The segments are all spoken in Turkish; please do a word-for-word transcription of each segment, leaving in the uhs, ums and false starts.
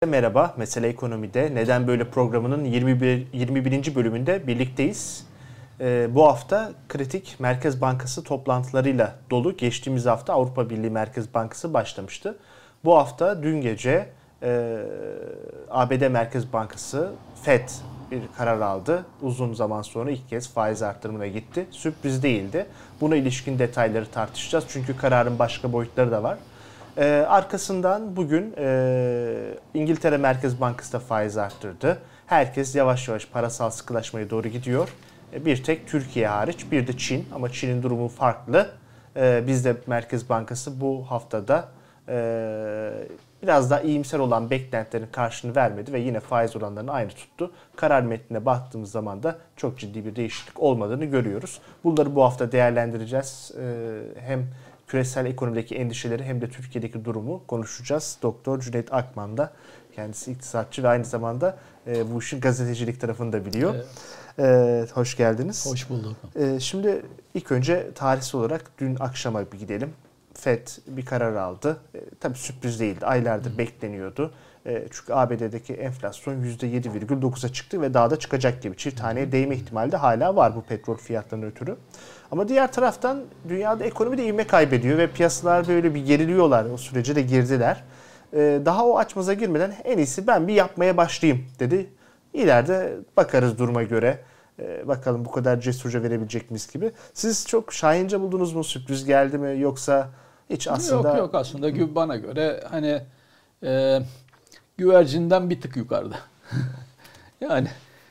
Merhaba, Mesele Ekonomi'de Neden Böyle programının yirmi bir, yirmi birinci bölümünde birlikteyiz. Ee, bu hafta kritik Merkez Bankası toplantılarıyla dolu. Geçtiğimiz hafta Avrupa Birliği Merkez Bankası başlamıştı. Bu hafta dün gece e, A B D Merkez Bankası Fed bir karar aldı. Uzun zaman sonra ilk kez faiz artırımına gitti. Sürpriz değildi. Buna ilişkin detayları tartışacağız. Çünkü kararın başka boyutları da var. Ee, arkasından bugün e, İngiltere Merkez Bankası da faiz arttırdı. Herkes yavaş yavaş parasal sıkılaşmaya doğru gidiyor. E, bir tek Türkiye hariç, bir de Çin, ama Çin'in durumu farklı. E, bizde Merkez Bankası bu haftada e, biraz daha iyimser olan beklentilerin karşılığını vermedi ve yine faiz oranlarını aynı tuttu. Karar metnine baktığımız zaman da çok ciddi bir değişiklik olmadığını görüyoruz. Bunları bu hafta değerlendireceğiz. E, hem küresel ekonomideki endişeleri hem de Türkiye'deki durumu konuşacağız. Doktor Cüneyt Akman da, kendisi iktisatçı ve aynı zamanda e, bu işin gazetecilik tarafını da biliyor. Evet. E, hoş geldiniz. Hoş bulduk. E, şimdi ilk önce tarihsel olarak dün akşama bir gidelim. Fed bir karar aldı. E, tabii sürpriz değildi. Aylardır Hı. bekleniyordu. E, çünkü A B D'deki enflasyon yüzde yedi virgül dokuza çıktı ve daha da çıkacak gibi. Çift haneye değme ihtimali de hala var bu petrol fiyatlarının ötürü. Ama diğer taraftan dünyada ekonomi de ivme kaybediyor ve piyasalar böyle bir geriliyorlar. O sürece de girdiler. Ee, daha o açmaza girmeden en iyisi ben bir yapmaya başlayayım dedi. İleride bakarız duruma göre. Ee, bakalım bu kadar cesurca verebilecek miyiz gibi. Siz çok şahince buldunuz mu? Sürpriz geldi mi? Yoksa hiç aslında... Yok yok aslında bana göre hani e, güvercinden bir tık yukarıda. Yani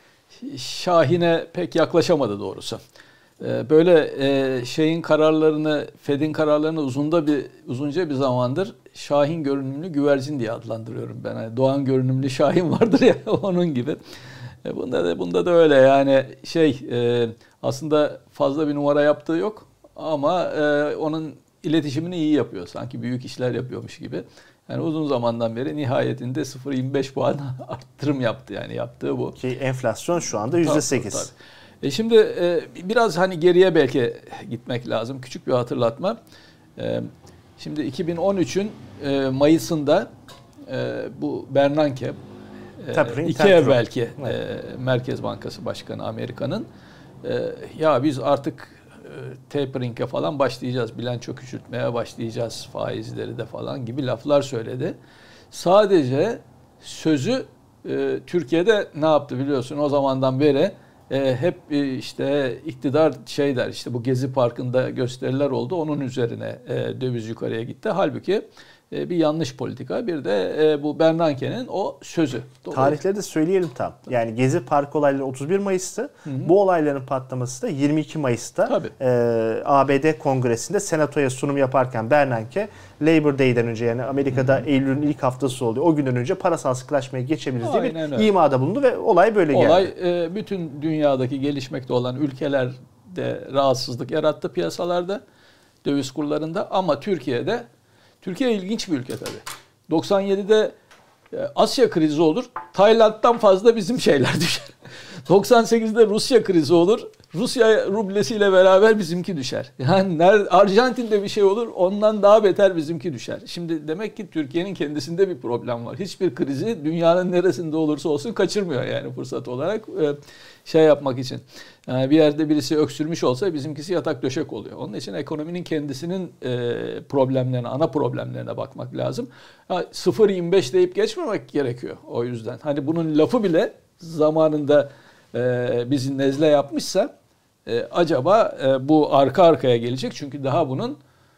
şahine pek yaklaşamadı doğrusu. Böyle şeyin kararlarını, Fed'in kararlarını uzunda bir uzunca bir zamandır şahin görünümlü güvercin diye adlandırıyorum ben. Yani Doğan görünümlü şahin vardır ya, onun gibi. Bunda da bunda da öyle yani şey aslında fazla bir numara yaptığı yok ama onun iletişimini iyi yapıyor. Sanki büyük işler yapıyormuş gibi. Yani uzun zamandan beri nihayetinde sıfır virgül yirmi beş puan arttırım yaptı, yani yaptığı bu. Ki enflasyon şu anda yüzde sekiz. Tabii, tabii. E şimdi e, biraz hani geriye belki gitmek lazım. Küçük bir hatırlatma. E, şimdi iki bin on üçün e, Mayıs'ında e, bu Bernanke, e, iki evvelki evet. e, Merkez Bankası Başkanı Amerika'nın e, ya biz artık e, tapering'e falan başlayacağız, bilanço küçültmeye başlayacağız, faizleri de falan gibi laflar söyledi. Sadece sözü e, Türkiye'de ne yaptı biliyorsun, o zamandan beri E, hep e, işte iktidar şey der, işte bu Gezi Parkı'nda gösteriler oldu, onun üzerine e, döviz yukarıya gitti. Halbuki e, bir yanlış politika, bir de e, bu Bernanke'nin o sözü. Tarihleri de söyleyelim tam. Yani Gezi Parkı olayları otuz bir Mayıs'tı. Hı hı. Bu olayların patlaması da yirmi iki Mayıs'ta e, A B D Kongresi'nde senatoya sunum yaparken Bernanke, Labor Day'den önce, yani Amerika'da hı hı. Eylül'ün ilk haftası oluyor, o günden önce parasal sıkılaşmaya geçebiliriz diye bir öyle. imada bulundu ve olay böyle olay, geldi. Olay e, bütün dünyadaki gelişmekte olan ülkelerde rahatsızlık yarattı piyasalarda, döviz kurlarında, ama Türkiye'de Türkiye ilginç bir ülke tabii. doksan yedide Asya krizi olur, Tayland'dan fazla bizim şeyler düşer. doksan sekizde Rusya krizi olur, Rusya rublesiyle beraber bizimki düşer. Yani Arjantin'de bir şey olur, ondan daha beter bizimki düşer. Şimdi demek ki Türkiye'nin kendisinde bir problem var. Hiçbir krizi dünyanın neresinde olursa olsun kaçırmıyor yani fırsat olarak şey yapmak için. Yani bir yerde birisi öksürmüş olsa bizimkisi yatak döşek oluyor. Onun için ekonominin kendisinin problemlerine, ana problemlerine bakmak lazım. sıfır virgül yirmi beş deyip geçmemek gerekiyor o yüzden. Hani bunun lafı bile zamanında bizi nezle yapmışsa acaba bu arka arkaya gelecek. Çünkü daha bunun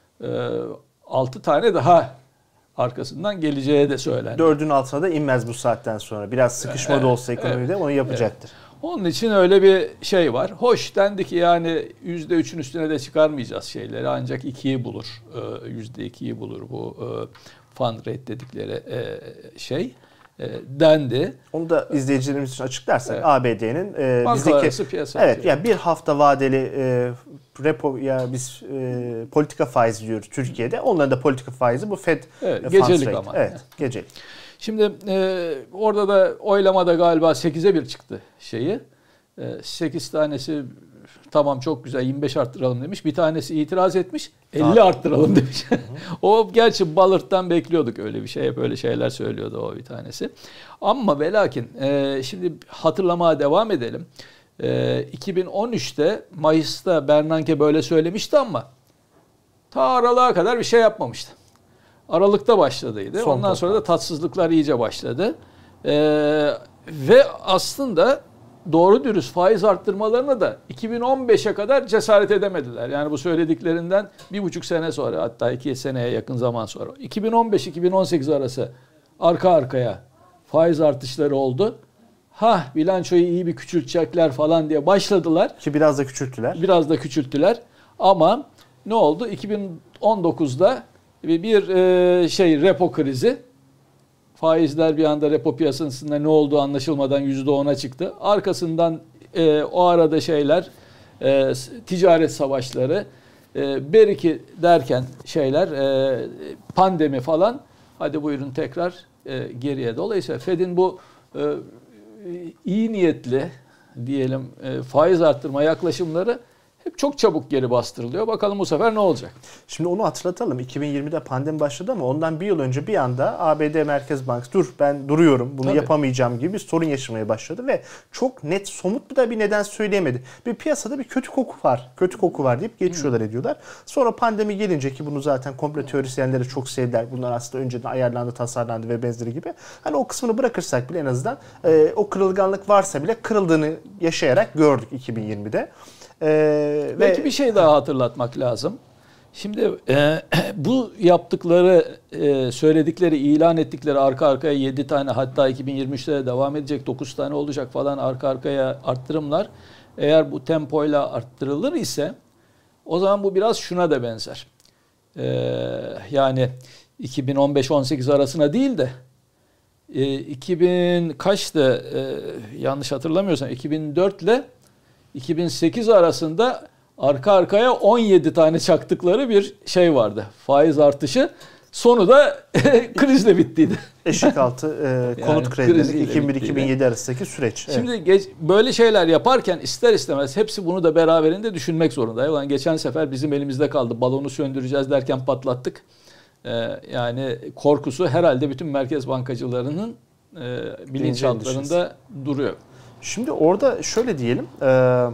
altı tane daha arkasından geleceği de söylendi. Dördün altına da inmez bu saatten sonra. Biraz sıkışma evet, da olsa ekonomide evet, onu yapacaktır. Evet. Onun için öyle bir şey var. Hoş dendi ki yani yüzde üçün üstüne de çıkarmayacağız şeyleri. Ancak ikiyi bulur. Yüzde ikiyi bulur bu fund rate dedikleri şey dendi. Onu da izleyicilerimiz için açıklarsak evet. A B D'nin e, bizdeki piyasa evet yani yani bir hafta vadeli e, repo ya biz e, politika faizi diyoruz Türkiye'de. Onların da politika faizi bu Fed evet, gecelik rate. Ama. Evet, yani. gecelik. Şimdi e, orada da oylamada galiba sekize bir çıktı şeyi. E, sekiz tanesi tamam çok güzel yirmi beş arttıralım demiş. Bir tanesi itiraz etmiş. elli arttıralım demiş. O gerçi Ballard'dan bekliyorduk öyle bir şey. Hep öyle şeyler söylüyordu o bir tanesi. Ama ve lakin e, şimdi hatırlamaya devam edelim. E, iki bin on üçte Mayıs'ta Bernanke böyle söylemişti ama ta aralığa kadar bir şey yapmamıştı. Aralıkta başladıydı. Son Ondan sonra da tatsızlıklar iyice başladı. E, ve aslında doğru dürüst faiz arttırmalarına da iki bin on beşe kadar cesaret edemediler. Yani bu söylediklerinden bir buçuk sene sonra, hatta iki seneye yakın zaman sonra. iki bin on beş iki bin on sekiz arası arka arkaya faiz artışları oldu. Ha bilançoyu iyi bir küçültecekler falan diye başladılar. Ki biraz da küçülttüler. Biraz da küçülttüler. Ama ne oldu? iki bin on dokuzda bir e, şey repo krizi. Faizler bir anda repo piyasasında ne olduğu anlaşılmadan yüzde ona çıktı. Arkasından e, o arada şeyler, e, ticaret savaşları, e, beriki derken şeyler, e, pandemi falan. Hadi buyurun tekrar e, geriye. Dolayısıyla Fed'in bu e, iyi niyetli diyelim e, faiz arttırma yaklaşımları hep çok çabuk geri bastırılıyor. Bakalım bu sefer ne olacak? Şimdi onu hatırlatalım. iki bin yirmide pandemi başladı ama ondan bir yıl önce bir anda A B D Merkez Bankası dur ben duruyorum bunu Tabii. yapamayacağım gibi bir sorun yaşamaya başladı ve çok net somut da bir neden söyleyemedi. Bir piyasada bir kötü koku var. Kötü koku var deyip geçiyorlar hmm. ediyorlar. Sonra pandemi gelince ki bunu zaten komplo teorisyenleri çok sevdiler. Bunlar aslında önceden ayarlandı, tasarlandı ve benzeri gibi. Hani o kısmını bırakırsak bile en azından e, o kırılganlık varsa bile kırıldığını yaşayarak gördük iki bin yirmide. Ee, Belki ve... bir şey daha hatırlatmak lazım. Şimdi e, bu yaptıkları, e, söyledikleri, ilan ettikleri arka arkaya yedi tane, hatta iki bin yirmi üçte de devam edecek dokuz tane olacak falan arka arkaya arttırımlar. Eğer bu tempoyla arttırılır ise o zaman bu biraz şuna da benzer. E, yani iki bin on beş on sekiz arasına değil de e, iki bin kaçtı e, yanlış hatırlamıyorsam iki bin dört ile iki bin sekiz arasında arka arkaya on yedi tane çaktıkları bir şey vardı. Faiz artışı. Sonu da krizle bittiydi. Eşik altı e, konut yani kredileri iki bin bir iki bin yedi arasındaki süreç. Şimdi evet. geç, böyle şeyler yaparken ister istemez hepsi bunu da beraberinde düşünmek zorunda. Yani geçen sefer bizim elimizde kaldı. Balonu söndüreceğiz derken patlattık. Ee, yani korkusu herhalde bütün merkez bankacılarının e, bilinçaltlarında duruyor. Şimdi orada şöyle diyelim, e,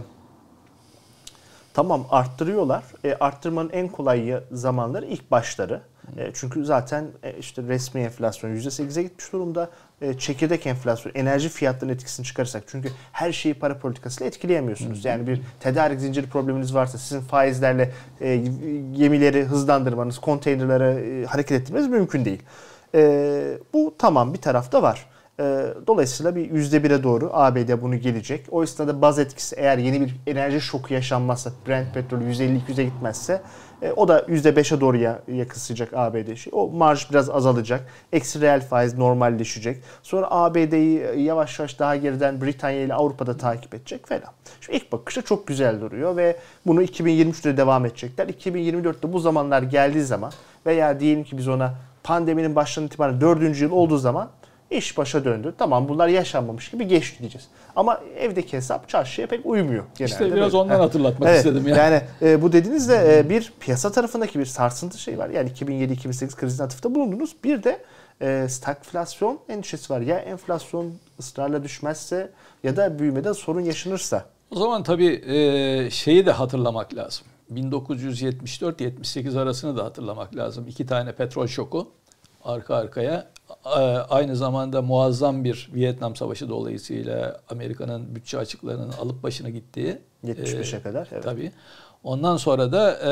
tamam arttırıyorlar. E, arttırmanın en kolay zamanları ilk başları. E, çünkü zaten e, işte resmi enflasyon yüzde sekize gitmiş durumda. E, çekirdek enflasyon, enerji fiyatlarının etkisini çıkarırsak. Çünkü her şeyi para politikasıyla etkileyemiyorsunuz. Yani bir tedarik zinciri probleminiz varsa sizin faizlerle e, gemileri hızlandırmanız, konteynerleri e, hareket ettirmeniz mümkün değil. E, bu tamam bir tarafta var. Dolayısıyla bir yüzde bire doğru A B D bunu gelecek. O esnada baz etkisi eğer yeni bir enerji şoku yaşanmazsa, Brent petrolü yüz elli iki yüze gitmezse o da yüzde beşe doğru yakısacak A B D. O marj biraz azalacak. Eksi reel faiz normalleşecek. Sonra A B D'yi yavaş yavaş daha geriden Britanya ile Avrupa'da takip edecek falan. Şimdi ilk bakışta çok güzel duruyor ve bunu iki bin yirmi üçte devam edecekler. iki bin yirmi dörtte bu zamanlar geldiği zaman veya diyelim ki biz ona pandeminin başından itibaren dördüncü yıl olduğu zaman İş başa döndü. Tamam bunlar yaşanmamış gibi geçti diyeceğiz. Ama evdeki hesap çarşıya pek uymuyor genelde. İşte biraz ondan ha. hatırlatmak evet. istedim. Yani, yani e, bu dediğinizde e, bir piyasa tarafındaki bir sarsıntı şey var. Yani iki bin yedi iki bin sekiz krizine atıfta bulundunuz. Bir de e, stagflasyon endişesi var. Ya enflasyon ısrarla düşmezse ya da büyümede sorun yaşanırsa. O zaman tabii e, şeyi de hatırlamak lazım. bin dokuz yüz yetmiş dört yetmiş sekiz arasını da hatırlamak lazım. İki tane petrol şoku arka arkaya. Aynı zamanda muazzam bir Vietnam Savaşı dolayısıyla Amerika'nın bütçe açıklarının alıp başına gittiği. yetmiş beşe e, kadar. Evet. Tabii. Ondan sonra da e,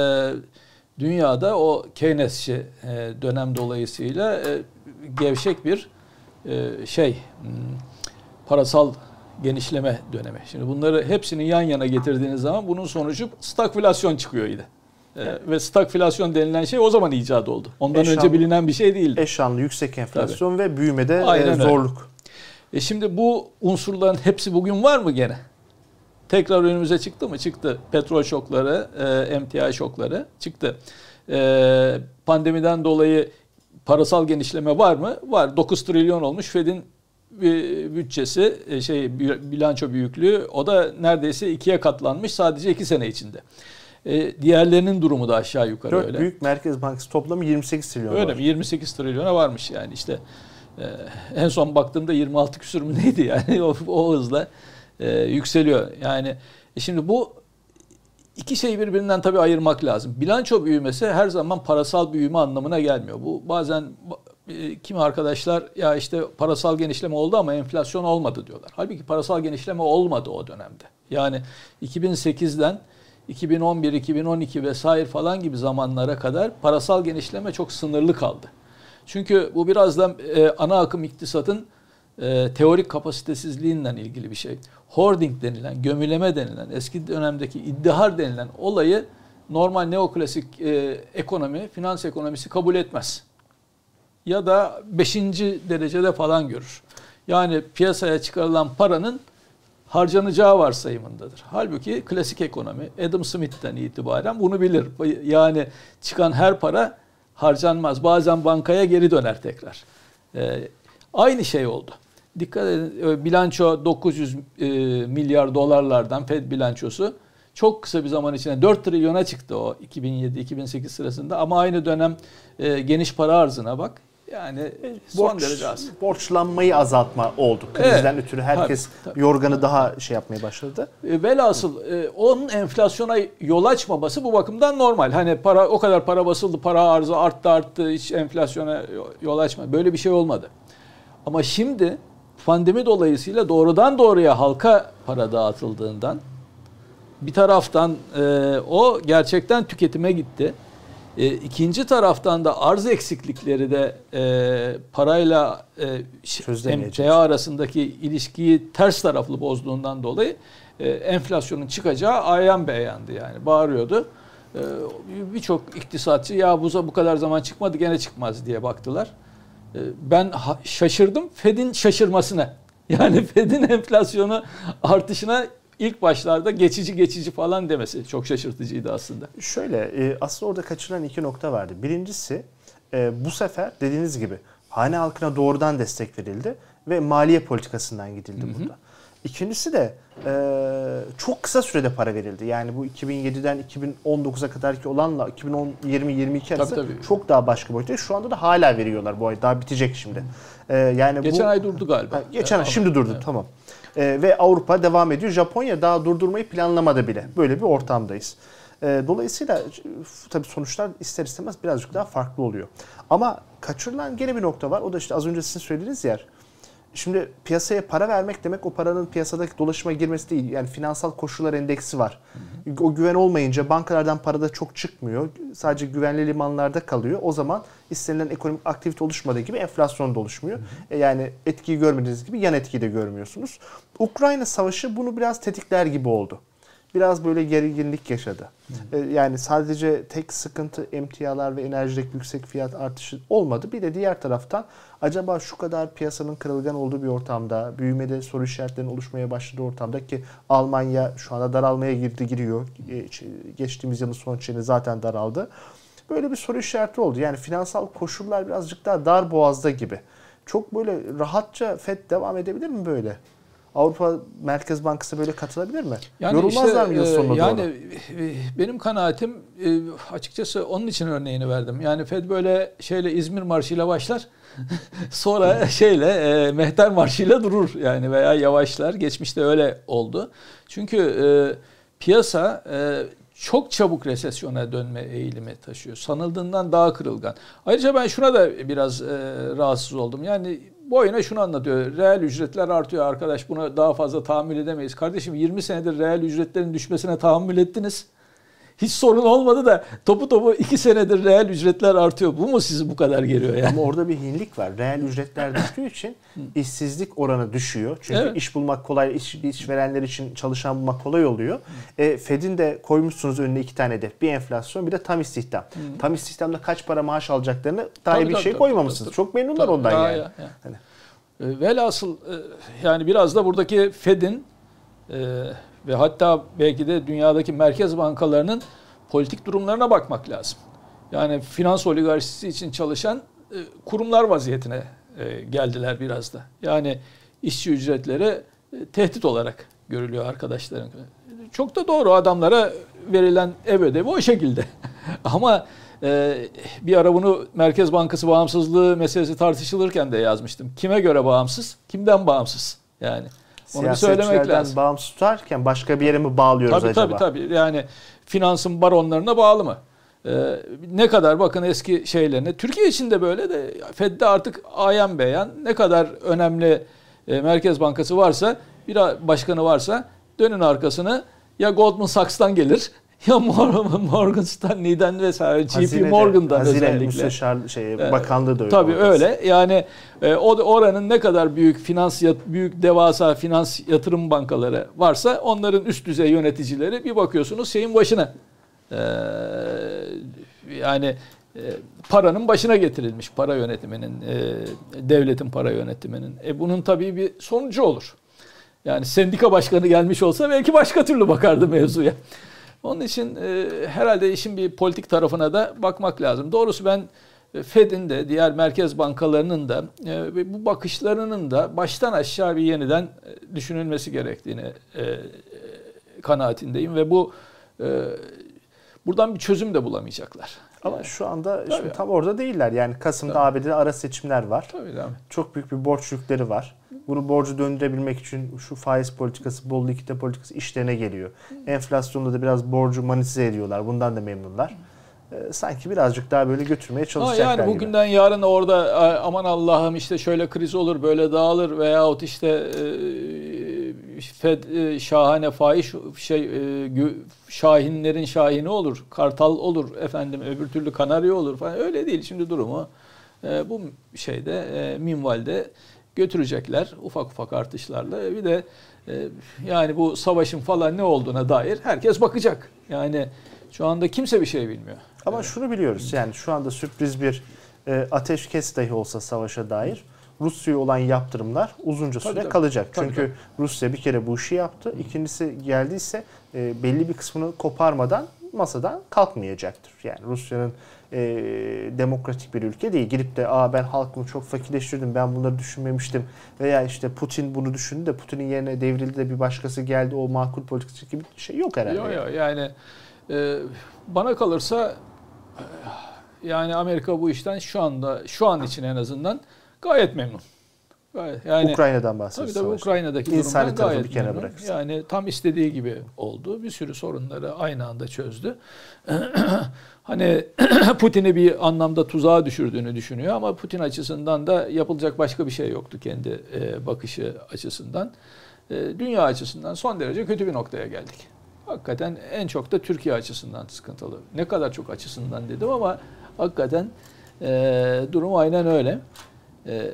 dünyada o Keynesçi e, dönem dolayısıyla e, gevşek bir e, şey m, parasal genişleme dönemi. Şimdi bunları hepsini yan yana getirdiğiniz zaman bunun sonucu stagflasyon çıkıyor yine. Evet. Ve stagflasyon denilen şey o zaman icat oldu. Ondan eşanlı, önce bilinen bir şey değildi. Eşanlı yüksek enflasyon Tabii. ve büyümede Aynen zorluk. E şimdi bu unsurların hepsi bugün var mı gene? Tekrar önümüze çıktı mı? Çıktı. Petrol şokları, e, emtia şokları çıktı. E, pandemiden dolayı parasal genişleme var mı? Var. dokuz trilyon olmuş. Fed'in bütçesi, şey bilanço büyüklüğü o da neredeyse ikiye katlanmış sadece iki sene içinde. E, diğerlerinin durumu da aşağı yukarı dört öyle. Büyük Merkez Bankası toplamı yirmi sekiz trilyon öyle var. mi? yirmi sekiz trilyona varmış yani işte. E, en son baktığımda yirmi altı küsur mü neydi yani o, o hızla e, yükseliyor. Yani e şimdi bu iki şeyi birbirinden tabii ayırmak lazım. Bilanço büyümesi her zaman parasal büyüme anlamına gelmiyor. Bu bazen e, kimi arkadaşlar ya işte parasal genişleme oldu ama enflasyon olmadı diyorlar. Halbuki parasal genişleme olmadı o dönemde. Yani iki bin sekizden iki bin on bir, iki bin on iki vesaire falan gibi zamanlara kadar parasal genişleme çok sınırlı kaldı. Çünkü bu biraz da e, ana akım iktisatın e, teorik kapasitesizliğinden ilgili bir şey. Hoarding denilen, gömüleme denilen, eski dönemdeki iddihar denilen olayı normal neoklasik e, ekonomi, finans ekonomisi kabul etmez. Ya da beşinci derecede falan görür. Yani piyasaya çıkarılan paranın harcanacağı varsayımındadır. Halbuki klasik ekonomi Adam Smith'ten itibaren bunu bilir. Yani çıkan her para harcanmaz. Bazen bankaya geri döner tekrar. Ee, aynı şey oldu. Dikkat edin, bilanço dokuz yüz e, milyar dolarlardan Fed bilançosu çok kısa bir zaman içinde dört trilyona çıktı o iki bin yedi iki bin sekiz sırasında ama aynı dönem e, geniş para arzına bak. Yani son Borç, derece az. Borçlanmayı azaltma oldu. Krizden Evet, ötürü herkes tabii, tabii. yorganı daha şey yapmaya başladı. E, velhasıl e, onun enflasyona yol açmaması bu bakımdan normal. Hani para o kadar para basıldı, para arzı arttı arttı hiç enflasyona yol açma. Böyle bir şey olmadı. Ama şimdi pandemi dolayısıyla doğrudan doğruya halka para dağıtıldığından bir taraftan e, o gerçekten tüketime gitti. E, ikinci taraftan da arz eksiklikleri de e, parayla e, emtia arasındaki ilişkiyi ters taraflı bozduğundan dolayı e, enflasyonun çıkacağı ayan beyandı yani bağırıyordu. E, Birçok iktisatçı ya bu bu kadar zaman çıkmadı gene çıkmaz diye baktılar. E, ben ha, şaşırdım Fed'in şaşırmasına. Yani Fed'in enflasyonu artışına İlk başlarda geçici geçici falan demesi çok şaşırtıcıydı aslında. Şöyle aslında orada kaçırılan iki nokta vardı. Birincisi bu sefer dediğiniz gibi hane halkına doğrudan destek verildi ve maliye politikasından gidildi hı hı. burada. İkincisi de çok kısa sürede para verildi. Yani bu iki bin yediden iki bin on dokuza kadarki olanla iki bin on yirmi yirmi iki arası tabii, tabii. çok daha başka boyutta. Şu anda da hala veriyorlar bu ay. Daha bitecek şimdi. Yani geçen bu, ay durdu galiba. Ha, geçen ay şimdi durdu evet. Tamam. Ee, ve Avrupa devam ediyor. Japonya daha durdurmayı planlamadı bile. Böyle bir ortamdayız. Ee, dolayısıyla tabii sonuçlar ister istemez birazcık daha farklı oluyor. Ama kaçırılan gene bir nokta var. O da işte az önce sizin söylediğiniz yer. Şimdi piyasaya para vermek demek o paranın piyasadaki dolaşıma girmesi değil. Yani finansal koşullar endeksi var. Hı hı. O güven olmayınca bankalardan para da çok çıkmıyor. Sadece güvenli limanlarda kalıyor. O zaman istenilen ekonomik aktivite oluşmadığı gibi enflasyon da oluşmuyor. Hı hı. Yani etkiyi görmediğiniz gibi yan etkiyi de görmüyorsunuz. Ukrayna Savaşı bunu biraz tetikler gibi oldu. Biraz böyle gerginlik yaşadı. Hı hı. Yani sadece tek sıkıntı emtialar ve enerjideki yüksek fiyat artışı olmadı. Bir de diğer taraftan acaba şu kadar piyasanın kırılgan olduğu bir ortamda, büyümede soru işaretlerinin oluşmaya başladığı ortamda ki Almanya şu anda daralmaya girdi giriyor. Geçtiğimiz yılın son çeyreğinde zaten daraldı. Böyle bir soru işareti oldu. Yani finansal koşullar birazcık daha dar boğazda gibi. Çok böyle rahatça Fed devam edebilir mi böyle? Avrupa Merkez Bankası böyle katılabilir mi? Yani Yorulmazlar işte, mı yıl sonuna yani, doğru? Yani benim kanaatim açıkçası onun için örneğini verdim. Yani Fed böyle şeyle İzmir Marşı'yla başlar. Sonra şeyle Mehter Marşı'yla durur yani veya yavaşlar. Geçmişte öyle oldu. Çünkü e, piyasa e, çok çabuk resesyona dönme eğilimi taşıyor. Sanıldığından daha kırılgan. Ayrıca ben şuna da biraz e, rahatsız oldum. Yani boyuna şunu anlatıyor. Reel ücretler artıyor arkadaş. Buna daha fazla tahammül edemeyiz. Kardeşim yirmi senedir reel ücretlerin düşmesine tahammül ettiniz. Hiç sorun olmadı da topu topu iki senedir reel ücretler artıyor. Bu mu sizi bu kadar geriyor yani? Ama orada bir hinlik var. Reel ücretler düştüğü için işsizlik oranı düşüyor. Çünkü evet. iş bulmak kolay, iş, işverenler için çalışan bulmak kolay oluyor. E, Fed'in de koymuşsunuz önüne iki tane hedef. Bir enflasyon bir de tam istihdam. Hı. Tam istihdamda kaç para maaş alacaklarını daha iyi bir tabii, şey tabii, koymamışsınız. Tabii, tabii. Çok memnunlar tabii, ondan yani. Ya, ya. Hani. Velhasıl yani biraz da buradaki Fed'in e, ve hatta belki de dünyadaki merkez bankalarının politik durumlarına bakmak lazım. Yani finans oligarşisi için çalışan kurumlar vaziyetine e, geldiler biraz da. Yani işçi ücretleri e, tehdit olarak görülüyor arkadaşların. Çok da doğru, adamlara verilen ev ödevi o şekilde. Ama e, bir ara bunu Merkez Bankası bağımsızlığı meselesi tartışılırken de yazmıştım. Kime göre bağımsız, kimden bağımsız? Yani onu bir söylemek lazım. Bağımsız tutarken başka bir yere mi bağlıyoruz tabii, acaba? Tabii tabii. Yani finansın baronlarına bağlı mı? Ee, ne kadar bakın eski şeylerine. Türkiye için de böyle de Fed'de artık ayan beyan ne kadar önemli e, Merkez Bankası varsa, bir başkanı varsa dönün arkasını, ya Goldman Sachs'tan gelir ya Morgan Stanley'den vesaire, J P Morgan'dan Hazine özellikle. Müsteşar şey, bakanlığı da öyle. Tabii orası. Öyle. Yani e, oranın ne kadar büyük finans büyük devasa finans yatırım bankaları varsa onların üst düzey yöneticileri bir bakıyorsunuz şeyin başına. Ee, yani e, paranın başına getirilmiş, para yönetiminin, e, devletin para yönetiminin. E, bunun tabii bir sonucu olur. Yani sendika başkanı gelmiş olsa belki başka türlü bakardı mevzuya. Onun için e, herhalde işin bir politik tarafına da bakmak lazım. Doğrusu ben Fed'in de diğer merkez bankalarının da e, bu bakışlarının da baştan aşağı bir yeniden düşünülmesi gerektiğini e, e, kanaatindeyim ve bu e, buradan bir çözüm de bulamayacaklar. Ama yani, şu anda şimdi tam orada değiller. Yani Kasım'da tabii. A B D'de ara seçimler var. Tabii, tabii. Çok büyük bir borç yükleri var. Bunu borcu döndürebilmek için şu faiz politikası, bol likidite politikası işlerine geliyor. Enflasyonda da biraz borcu monetize ediyorlar. Bundan da memnunlar. Ee, sanki birazcık daha böyle götürmeye çalışacaklar gibi. Yani bugünden gibi. Yarın orada aman Allah'ım işte şöyle kriz olur, böyle dağılır veyahut işte e, Fed e, şahane faiz şey e, şahinlerin şahini olur, kartal olur efendim, öbür türlü kanarya olur falan, öyle değil. Şimdi durumu e, bu şeyde e, minvalde götürecekler ufak ufak artışlarla. Bir de e, yani bu savaşın falan ne olduğuna dair herkes bakacak. Yani şu anda kimse bir şey bilmiyor. Ama şunu biliyoruz, yani şu anda sürpriz bir e, ateşkes dahi olsa savaşa dair Rusya'ya olan yaptırımlar uzunca süre tabii, kalacak. Tabii, Çünkü tabii. Rusya bir kere bu işi yaptı. İkincisi geldiyse e, belli bir kısmını koparmadan masadan kalkmayacaktır. Yani Rusya'nın e, demokratik bir ülke değil. Girip de aa ben halkımı çok fakirleştirdim, ben bunları düşünmemiştim veya işte Putin bunu düşündü de Putin'in yerine devrildi de bir başkası geldi, o makul politikası gibi bir şey yok herhalde. Yok yok yani e, bana kalırsa yani Amerika bu işten şu anda şu an için en azından gayet memnun. Gayet, yani Ukrayna'dan bahsediyoruz. Tabii tabii Ukrayna'daki İnsani durumdan gayet bir kenara memnun. bırakırsın. Yani tam istediği gibi oldu. Bir sürü sorunları aynı anda çözdü. Hani Putin'i bir anlamda tuzağa düşürdüğünü düşünüyor ama Putin açısından da yapılacak başka bir şey yoktu kendi bakışı açısından. Dünya açısından son derece kötü bir noktaya geldik. Hakikaten en çok da Türkiye açısından sıkıntılı. Ne kadar çok açısından dedim ama hakikaten e, durum aynen öyle. E,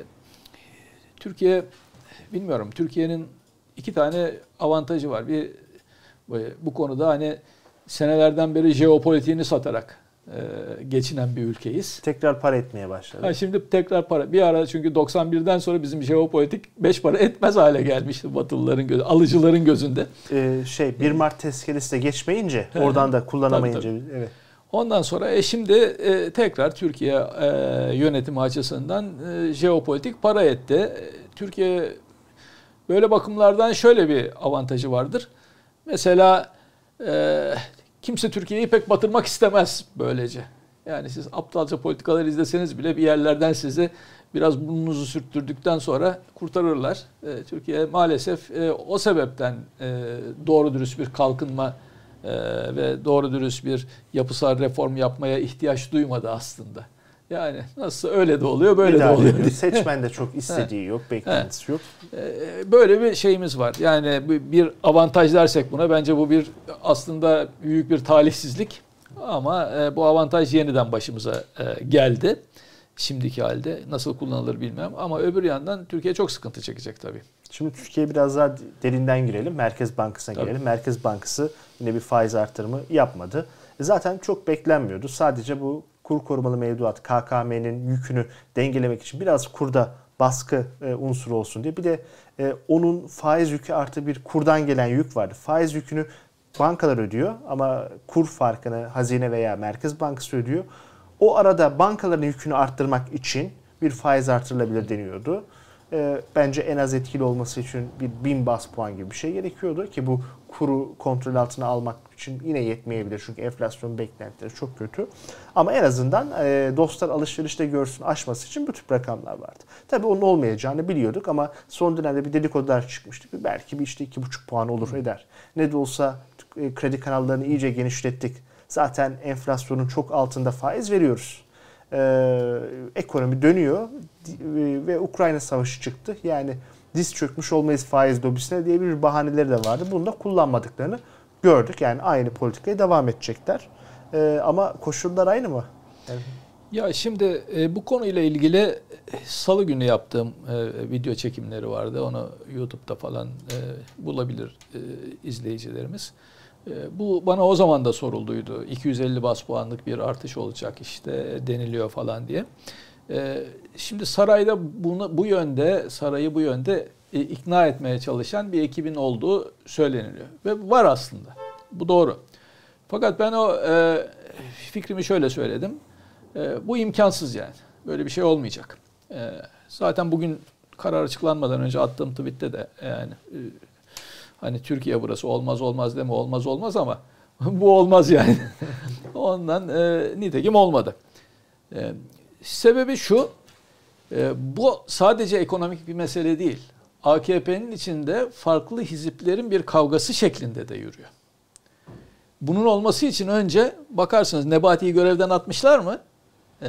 Türkiye, bilmiyorum, Türkiye'nin iki tane avantajı var. Bir bu konuda hani senelerden beri jeopolitiğini satarak e, geçinen bir ülkeyiz. Tekrar para etmeye başladı. Ha, şimdi tekrar para. Bir ara çünkü doksan birden sonra bizim jeopolitik beş para etmez hale gelmişti Batılıların gözü, alıcıların gözünde. Ee, şey bir Mart tezkeresi de geçmeyince, oradan da kullanamayınca. Tabii, tabii. Evet. Ondan sonra e, şimdi e, tekrar Türkiye e, yönetimi açısından e, jeopolitik para etti. E, Türkiye böyle bakımlardan şöyle bir avantajı vardır. Mesela e, kimse Türkiye'yi pek batırmak istemez böylece. Yani siz aptalca politikalar izleseniz bile bir yerlerden sizi biraz burnunuzu sürttürdükten sonra kurtarırlar. E, Türkiye maalesef e, o sebepten e, doğru dürüst bir kalkınma e, ve doğru dürüst bir yapısal reform yapmaya ihtiyaç duymadı aslında. Yani nasıl öyle de oluyor, böyle de oluyor. Seçmen de çok istediği yok, beklentisi yok. Böyle bir şeyimiz var. Yani bir avantaj dersek buna, bence bu bir aslında büyük bir talihsizlik. Ama bu avantaj yeniden başımıza geldi. Şimdiki halde nasıl kullanılır bilmem. Ama öbür yandan Türkiye çok sıkıntı çekecek tabii. Şimdi Türkiye'ye biraz daha derinden girelim. Merkez Bankası'na tabii. gelelim. Merkez Bankası yine bir faiz artırımı yapmadı. Zaten çok beklenmiyordu. Sadece bu kur korumalı mevduat, K K M'nin yükünü dengelemek için biraz kurda baskı e, unsuru olsun diye. Bir de e, onun faiz yükü artı bir kurdan gelen yük vardı. Faiz yükünü bankalar ödüyor ama kur farkını Hazine veya Merkez Bankası ödüyor. O arada bankaların yükünü arttırmak için bir faiz artırılabilir deniyordu. E, bence en az etkili olması için bir bin bas puan gibi bir şey gerekiyordu ki bu kuru kontrol altına almak için yine yetmeyebilir. Çünkü enflasyon beklentileri çok kötü. Ama en azından e, dostlar alışverişte görsün, aşması için bu tip rakamlar vardı. Tabii onun olmayacağını biliyorduk ama son dönemde bir dedikodular çıkmıştı. Belki bir işte iki buçuk puan olur eder. Ne de olsa e, kredi kanallarını iyice genişlettik. Zaten enflasyonun çok altında faiz veriyoruz. Ee, ekonomi dönüyor ve Ukrayna savaşı çıktı. Yani diz çökmüş olmayız faiz lobisine diye bir bahaneleri de vardı. Bunu da kullanmadıklarını gördük. Yani aynı politikaya devam edecekler. Ee, ama koşullar aynı mı? Yani... Ya şimdi e, bu konuyla ilgili salı günü yaptığım e, video çekimleri vardı. Onu YouTube'da falan e, bulabilir e, izleyicilerimiz. Bu bana o zaman da sorulduydu. iki yüz elli bas puanlık bir artış olacak işte deniliyor falan diye. Şimdi sarayda bunu bu yönde, sarayı bu yönde ikna etmeye çalışan bir ekibin olduğu söyleniliyor. Ve var aslında. Bu doğru. Fakat ben o fikrimi şöyle söyledim. Bu imkansız yani. Böyle bir şey olmayacak. Zaten bugün karar açıklanmadan önce attığım tweette de yani... Hani Türkiye burası olmaz olmaz deme olmaz olmaz ama bu olmaz yani. Ondan e, nitekim olmadı. E, sebebi şu, e, bu sadece ekonomik bir mesele değil. A K P'nin içinde farklı hiziplerin bir kavgası şeklinde de yürüyor. Bunun olması için önce bakarsınız Nebati'yi görevden atmışlar mı? E,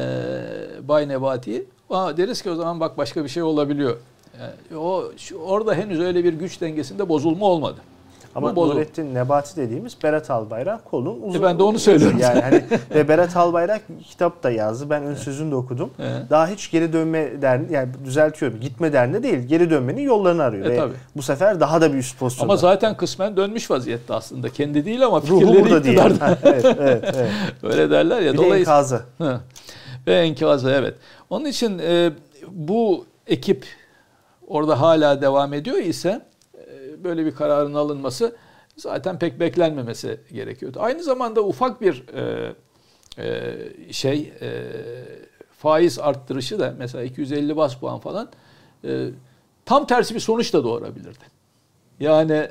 Bay Nebati'yi. Deriz ki o zaman bak başka bir şey olabiliyor. Yani o şu, orada henüz öyle bir güç dengesinde bozulma olmadı. Ama Nurettin Nebati dediğimiz Berat Albayrak kolun uzun. E ben de onu söylüyorum. Yani hani ve Berat Albayrak kitap da yazdı. Ben ön sözünü de okudum. Evet. Daha hiç geri dönme derneği, yani düzeltiyorum. Gitme derneği değil, geri dönmenin yollarını arıyor. E, ve tabii. Bu sefer daha da bir üst pozisyonda. Ama zaten kısmen dönmüş vaziyette aslında. Kendi değil ama ruhu fikirleri burada değil. iktidarda. evet, evet, evet. Öyle derler ya. Bir de enkazı. Hı. Ve enkazı evet. Onun için e, bu ekip orada hala devam ediyor ise e, böyle bir kararın alınması zaten pek beklenmemesi gerekiyordu. Aynı zamanda ufak bir e, e, şey e, faiz arttırışı da mesela iki yüz elli bas puan falan e, tam tersi bir sonuç da doğurabilirdi. Yani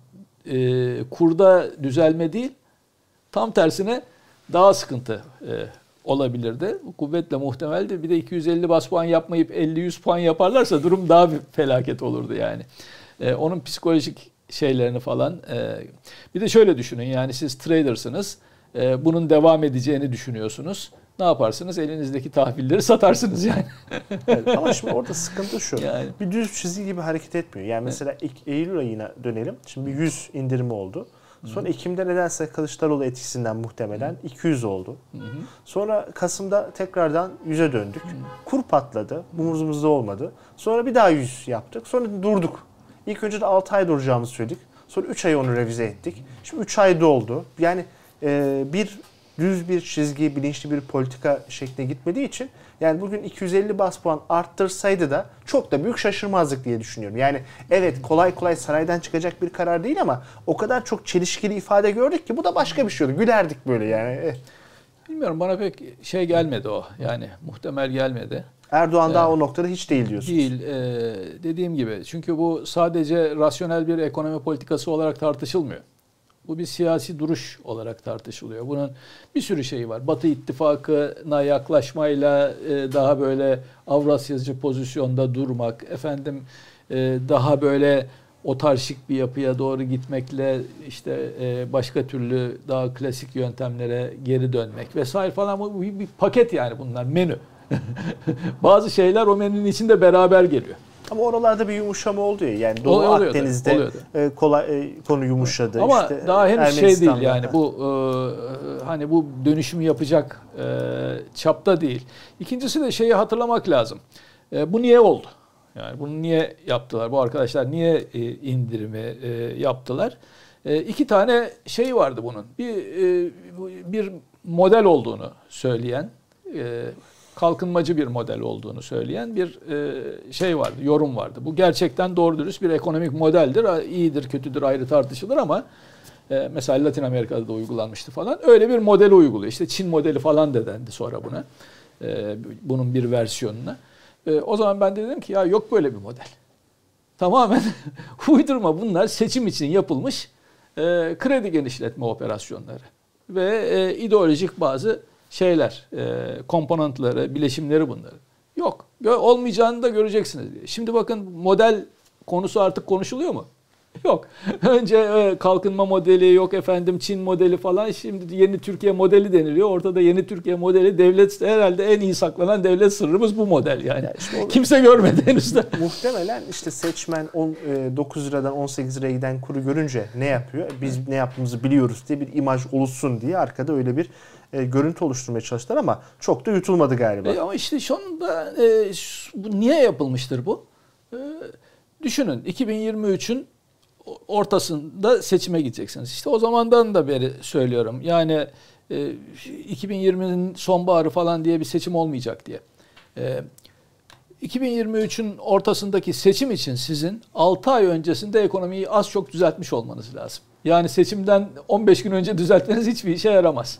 e, kurda düzelme değil, tam tersine daha sıkıntı e, olabilirdi. Kuvvetle muhtemeldi. Bir de iki yüz elli bas puan yapmayıp elli yüz puan yaparlarsa durum daha bir felaket olurdu yani. E, onun psikolojik şeylerini falan. E, bir de şöyle düşünün yani siz tradersınız. E, bunun devam edeceğini düşünüyorsunuz. Ne yaparsınız? Elinizdeki tahvilleri satarsınız yani. Evet, ama şimdi orada sıkıntı şu. Yani. Bir düz çizgi gibi hareket etmiyor. Yani mesela ilk Eylül ayına dönelim. Şimdi bir yüz indirimi oldu. Sonra Ekim'de nedense Kılıçdaroğlu etkisinden muhtemelen iki yüz oldu. Hı hı. Sonra Kasım'da tekrardan yüze döndük. Hı. Kur patladı. Umurumuzda olmadı. Sonra bir daha yüz yaptık. Sonra durduk. İlk önce de altı ay duracağımızı söyledik. Sonra üç ay onu revize ettik. Şimdi üç ayda oldu. Yani e, bir düz bir çizgi, bilinçli bir politika şekline gitmediği için yani bugün iki yüz elli bas puan arttırsaydı da çok da büyük şaşırmazdık diye düşünüyorum. Yani evet kolay kolay saraydan çıkacak bir karar değil ama o kadar çok çelişkili ifade gördük ki bu da başka bir şey oldu. Gülerdik böyle yani. Bilmiyorum bana pek şey gelmedi o. Yani muhtemel gelmedi. Erdoğan ee, daha o noktada hiç değil diyorsunuz. Değil. Ee, dediğim gibi. Çünkü bu sadece rasyonel bir ekonomi politikası olarak tartışılmıyor. Bu bir siyasi duruş olarak tartışılıyor. Bunun bir sürü şeyi var. Batı ittifakına yaklaşmayla daha böyle Avrasyacı pozisyonda durmak, efendim daha böyle otarşik bir yapıya doğru gitmekle işte başka türlü daha klasik yöntemlere geri dönmek vesaire falan bu bir paket yani bunlar menü. Bazı şeyler o menünün içinde beraber geliyor. Ama oralarda bir yumuşama oldu ya. Yani Doğu oluyordu, Akdeniz'de oluyordu. kolay konu yumuşadı. Ama işte daha henüz şey değil yani bu e, hani bu dönüşümü yapacak e, çapta değil. İkincisi de şeyi hatırlamak lazım. E, bu niye oldu? Yani bunu niye yaptılar? Bu arkadaşlar niye e, indirimi e, yaptılar? E, iki tane şey vardı bunun. Bir e, bir model olduğunu söyleyen e, kalkınmacı bir model olduğunu söyleyen bir e, şey vardı, yorum vardı. Bu gerçekten doğru dürüst bir ekonomik modeldir. İyidir, kötüdür ayrı tartışılır ama e, mesela Latin Amerika'da da uygulanmıştı falan. Öyle bir modeli uyguluyor. İşte Çin modeli falan da dendi sonra buna. e, bunun bir versiyonuna. E, o zaman ben de dedim ki ya yok böyle bir model. Tamamen uydurma, bunlar seçim için yapılmış e, kredi genişletme operasyonları ve e, ideolojik bazı şeyler, e, komponentleri, bileşimleri bunları. Yok, olmayacağını da göreceksiniz diye. Şimdi bakın, model konusu artık konuşuluyor mu? Yok. Önce e, kalkınma modeli, yok efendim Çin modeli falan. Şimdi yeni Türkiye modeli deniliyor. Ortada yeni Türkiye modeli, devlet, herhalde en iyi saklanan devlet sırrımız bu model yani. Ya işte kimse görmedi henüz de. Muhtemelen işte seçmen on, dokuz liradan on sekiz liraya giden kuru görünce ne yapıyor? Biz ne yaptığımızı biliyoruz diye bir imaj oluşsun diye arkada öyle bir e, görüntü oluşturmaya çalıştılar ama çok da yutulmadı galiba. E, ama işte sonunda e, bu niye yapılmıştır bu? E, düşünün, iki bin yirmi üçün ortasında seçime gideceksiniz. İşte o zamandan da beri söylüyorum. Yani e, iki bin yirminin sonbaharı falan diye bir seçim olmayacak diye. E, iki bin yirmi üçün ortasındaki seçim için sizin altı ay öncesinde ekonomiyi az çok düzeltmiş olmanız lazım. Yani seçimden on beş gün önce düzeltmeniz hiçbir işe yaramaz.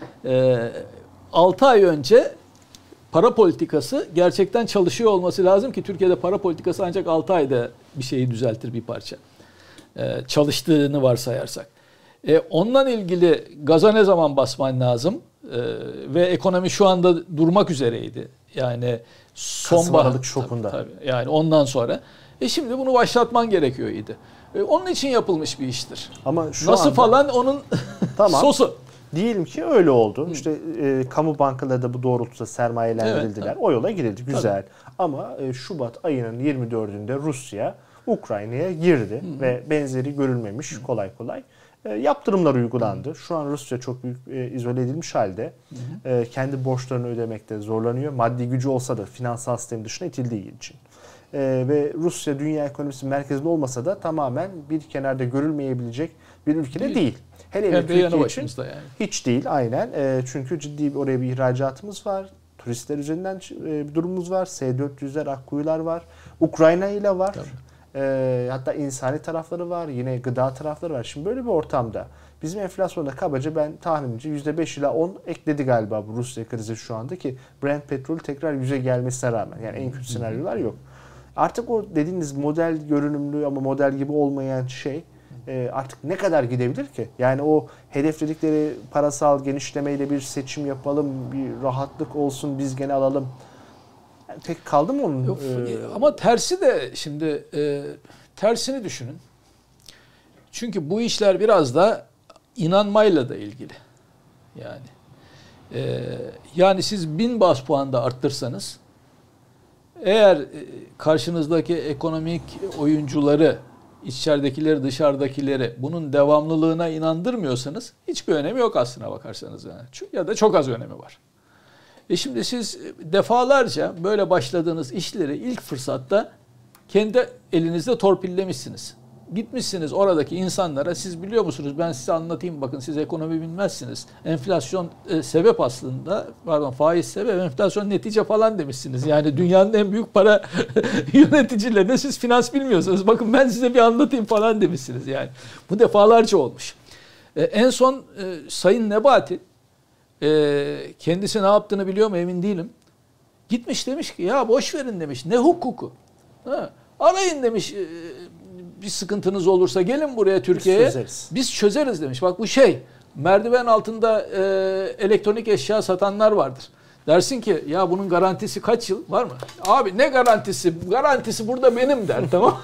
E, altı ay önce para politikası gerçekten çalışıyor olması lazım ki Türkiye'de para politikası ancak altı ayda bir şeyi düzeltir, bir parça. Ee, çalıştığını varsayarsak. Ee, ondan ilgili gaza ne zaman basman lazım? Ee, ve ekonomi şu anda durmak üzereydi. Yani sonbahar şokunda. Tabii, tabii. Yani ondan sonra. E şimdi bunu başlatman gerekiyor idi. E, onun için yapılmış bir iştir. Ama şu nasıl anda, falan onun tamam. sosu. Diyelim ki öyle oldu. Hı. İşte e, kamu bankaları da bu doğrultuda sermayelendirildiler. Evet, o yola gidildi. Güzel. Tabii. Ama e, Şubat ayının yirmi dördünde Rusya Ukrayna'ya girdi Hı. ve benzeri görülmemiş Hı. kolay kolay. E, yaptırımlar uygulandı. Hı. Şu an Rusya çok büyük e, izole edilmiş halde. E, kendi borçlarını ödemekte zorlanıyor. Maddi gücü olsa da finansal sistem dışına itildiği için. E, ve Rusya dünya ekonomisinin merkezinde olmasa da tamamen bir kenarda görülmeyebilecek bir ülkede değil. değil. Hele hele Türkiye için yani. Hiç değil aynen. E, çünkü ciddi bir oraya bir ihracatımız var. Turistler üzerinden e, bir durumumuz var. S dört yüzler, Akkuyular var. Ukrayna ile var. E, hatta insani tarafları var. Yine gıda tarafları var. Şimdi böyle bir ortamda bizim enflasyonda kabaca ben tahminimce yüzde beş ila on ekledi galiba bu Rusya krizi şu anda ki Brent petrol tekrar yüze gelmesine rağmen. Yani en kötü senaryolar yok. Artık o dediğiniz model görünümlü ama model gibi olmayan şey artık ne kadar gidebilir ki? Yani o hedefledikleri parasal genişlemeyle bir seçim yapalım, bir rahatlık olsun, biz gene alalım. Yani pek kaldı mı onun? Yok, ee... Ama tersi de şimdi e, tersini düşünün. Çünkü bu işler biraz da inanmayla da ilgili. Yani e, yani siz bin bas puan da arttırsanız, eğer karşınızdaki ekonomik oyuncuları, içeridekileri, dışarıdakileri bunun devamlılığına inandırmıyorsanız hiçbir önemi yok aslına bakarsanız. Yani. Ya da çok az önemi var. E şimdi siz defalarca böyle başladığınız işleri ilk fırsatta kendi elinizde torpillemişsiniz. Gitmişsiniz oradaki insanlara, siz biliyor musunuz, ben size anlatayım, bakın siz ekonomi bilmezsiniz. Enflasyon e, sebep aslında, pardon faiz sebep, enflasyon netice falan demişsiniz. Yani dünyanın en büyük para yöneticilerine siz finans bilmiyorsunuz. Bakın ben size bir anlatayım falan demişsiniz yani. Bu defalarca olmuş. E, en son e, Sayın Nebati e, kendisi ne yaptığını biliyor mu emin değilim. Gitmiş demiş ki ya boş verin demiş, ne hukuku. Ha, arayın demiş, e, bir sıkıntınız olursa gelin buraya Türkiye'ye. Biz çözeriz. Biz çözeriz demiş. Bak bu şey, merdiven altında e, elektronik eşya satanlar vardır. Dersin ki ya bunun garantisi kaç yıl var mı? Abi ne garantisi? Garantisi burada benim der, tamam.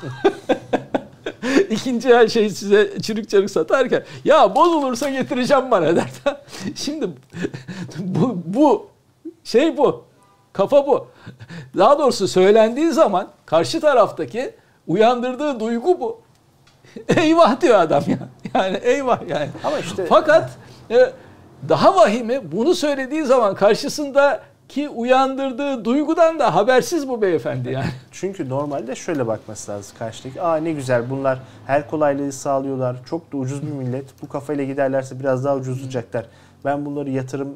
İkinci her şey size çürük çarık satarken ya bozulursa getireceğim bana der. Şimdi bu, bu şey bu. Kafa bu. Daha doğrusu söylendiği zaman karşı taraftaki uyandırdığı duygu bu. Eyvah diyor adam ya. Yani eyvah yani. Ama işte fakat e, daha vahimi, bunu söylediği zaman karşısındaki uyandırdığı duygudan da habersiz bu beyefendi yani. Çünkü normalde şöyle bakması lazım karşıdaki. Aa ne güzel, bunlar her kolaylığı sağlıyorlar. Çok da ucuz bir millet. Bu kafayla giderlerse biraz daha ucuzlayacaklar. Ben bunları yatırım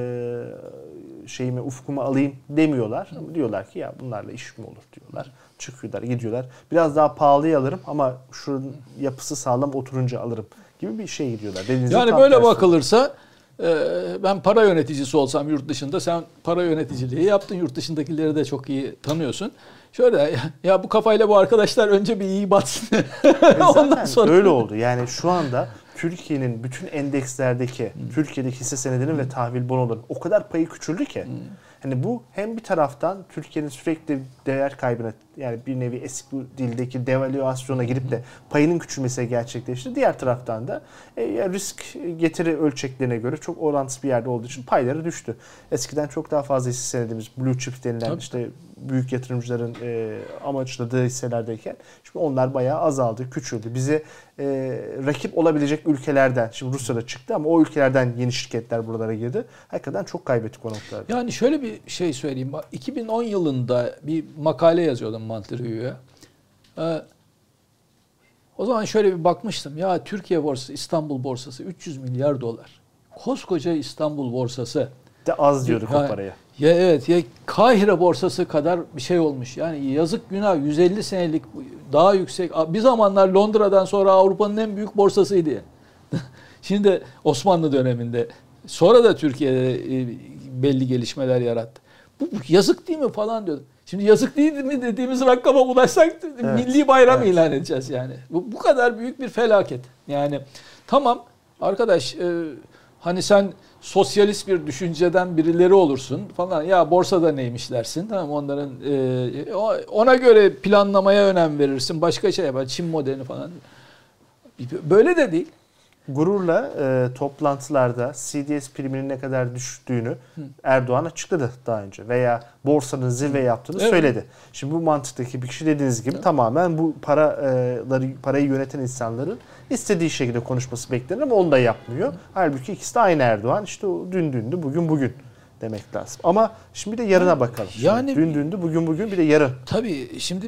e, şeyime, ufkuma alayım demiyorlar. Diyorlar ki ya bunlarla iş mi olur diyorlar. Çıkıyorlar, gidiyorlar. Biraz daha pahalıya alırım ama şu yapısı sağlam oturunca alırım gibi bir şey gidiyorlar. Dediğinizde yani böyle tersi bakılırsa ben para yöneticisi olsam yurt dışında, sen para yöneticiliği yaptın, yurt dışındakileri de çok iyi tanıyorsun. Şöyle ya, ya bu kafayla bu arkadaşlar önce bir iyi batsın. Ondan sonra öyle oldu. Yani şu anda Türkiye'nin bütün endekslerdeki, hmm. Türkiye'deki hisse senedinin hmm. ve tahvil bonoların o kadar payı küçüldü ki. Hmm. Hani bu hem bir taraftan Türkiye'nin sürekli değer kaybına, yani bir nevi eski dildeki devalüasyona girip de payının küçülmesi gerçekleşti. Diğer taraftan da e, risk getiri ölçeklerine göre çok orantısı bir yerde olduğu için payları düştü. Eskiden çok daha fazla hisse senedimiz, blue chip denilen Tabii. işte büyük yatırımcıların e, amaçladığı hisselerdeyken şimdi onlar bayağı azaldı, küçüldü. Bizi e, rakip olabilecek ülkelerden, şimdi Rusya'da çıktı ama o ülkelerden yeni şirketler buralara girdi. Hakikaten çok kaybettik o noktada. Yani şöyle bir şey söyleyeyim. iki bin on yılında bir makale yazıyordum Montreux'e. Ee, o zaman şöyle bir bakmıştım. Ya Türkiye borsası, İstanbul borsası üç yüz milyar dolar. Koskoca İstanbul borsası. De az diyorduk ya, o paraya. Ya evet, ya Kahire borsası kadar bir şey olmuş. Yani yazık günah, yüz elli senelik daha yüksek. Bir zamanlar Londra'dan sonra Avrupa'nın en büyük borsasıydı. Şimdi Osmanlı döneminde, sonra da Türkiye'de belli gelişmeler yarattı. Bu, bu yazık değil mi falan diyordum. Şimdi yazık değil mi dediğimiz rakama ulaşsak evet, milli bayram evet. ilan edeceğiz yani. Bu, bu kadar büyük bir felaket. Yani tamam arkadaş, e, hani sen sosyalist bir düşünceden birileri olursun falan. Ya borsada neymiş dersin. Tamam, onların e, ona göre planlamaya önem verirsin. Başka şey yapar. Çin modelini falan. Böyle de değil. Gururla e, toplantılarda C D S priminin ne kadar düştüğünü Hı. Erdoğan açıkladı daha önce. Veya borsanın zirve yaptığını evet. söyledi. Şimdi bu mantıktaki bir kişi dediğiniz gibi evet. tamamen bu paraları parayı yöneten insanların istediği şekilde konuşması beklenir ama onu da yapmıyor. Hı. Halbuki ikisi de aynı Erdoğan. İşte o dün dündü, bugün bugün demek lazım. Ama şimdi bir de yarına bakalım. Yani şimdi dün dündü, bugün bugün, bir de yarın. Tabii şimdi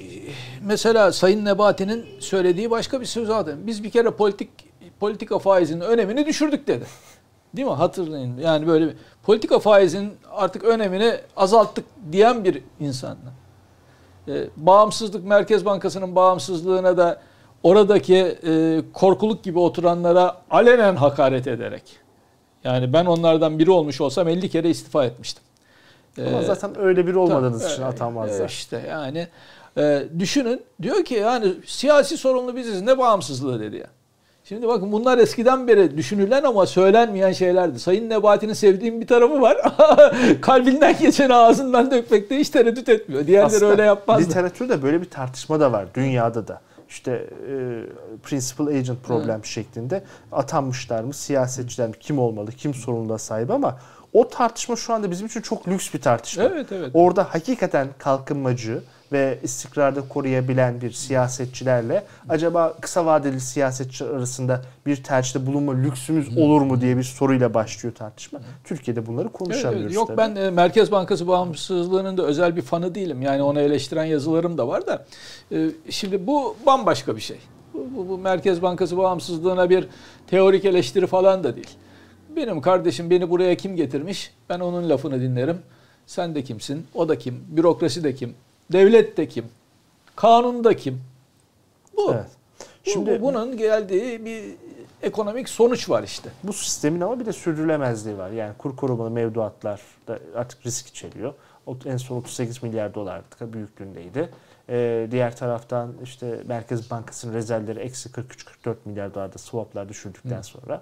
mesela Sayın Nebati'nin söylediği başka bir söz zaten. Biz bir kere politik politika faizinin önemini düşürdük dedi. Değil mi? Hatırlayın. Yani böyle bir, politika faizinin artık önemini azalttık diyen bir insanla. Ee, bağımsızlık, Merkez Bankası'nın bağımsızlığına da oradaki e, korkuluk gibi oturanlara alenen hakaret ederek. Yani ben onlardan biri olmuş olsam elli kere istifa etmiştim. Ee, Ama zaten öyle biri olmadığınız tabii, için atanmazlar. İşte yani e, düşünün, diyor ki yani siyasi sorumlu biziz, ne bağımsızlığı dedi ya. Şimdi bakın, bunlar eskiden beri düşünülen ama söylenmeyen şeylerdi. Sayın Nebati'nin sevdiğim bir tarafı var. Kalbinden geçen ağzından dökmekte hiç tereddüt etmiyor. Diğerleri aslında öyle yapmazdı. Literatürde böyle bir tartışma da var. Dünyada da. İşte e, principal agent problem Hı. şeklinde atanmışlar mı, siyasetçiler mi, kim olmalı, kim sorumluluğa sahip, ama o tartışma şu anda bizim için çok lüks bir tartışma. Evet, evet. Orada hakikaten kalkınmacı ve istikrarda koruyabilen bir siyasetçilerle acaba kısa vadeli siyasetçi arasında bir tercihte bulunma lüksümüz olur mu diye bir soruyla başlıyor tartışma. Türkiye'de bunları konuşamıyoruz. Evet, yok tabii. Ben e, Merkez Bankası bağımsızlığının da özel bir fanı değilim. Yani onu eleştiren yazılarım da var da. E, şimdi bu bambaşka bir şey. Bu, bu, bu Merkez Bankası bağımsızlığına bir teorik eleştiri falan da değil. Benim kardeşim beni buraya kim getirmiş? Ben onun lafını dinlerim. Sen de kimsin? O da kim? Bürokrasi de kim? Devlet de kim? Kanun da kim? Bu. Evet. Şimdi bu, bunun geldiği bir ekonomik sonuç var işte. Bu sistemin ama bir de sürdürülemezliği var. Yani kur korumalı mevduatlar da artık risk içeriyor. En son otuz sekiz milyar dolar büyüklüğündeydi. Ee, diğer taraftan işte Merkez Bankası'nın rezervleri eksi kırk üç kırk dört milyar dolarda swaplar düşürdükten Hı. sonra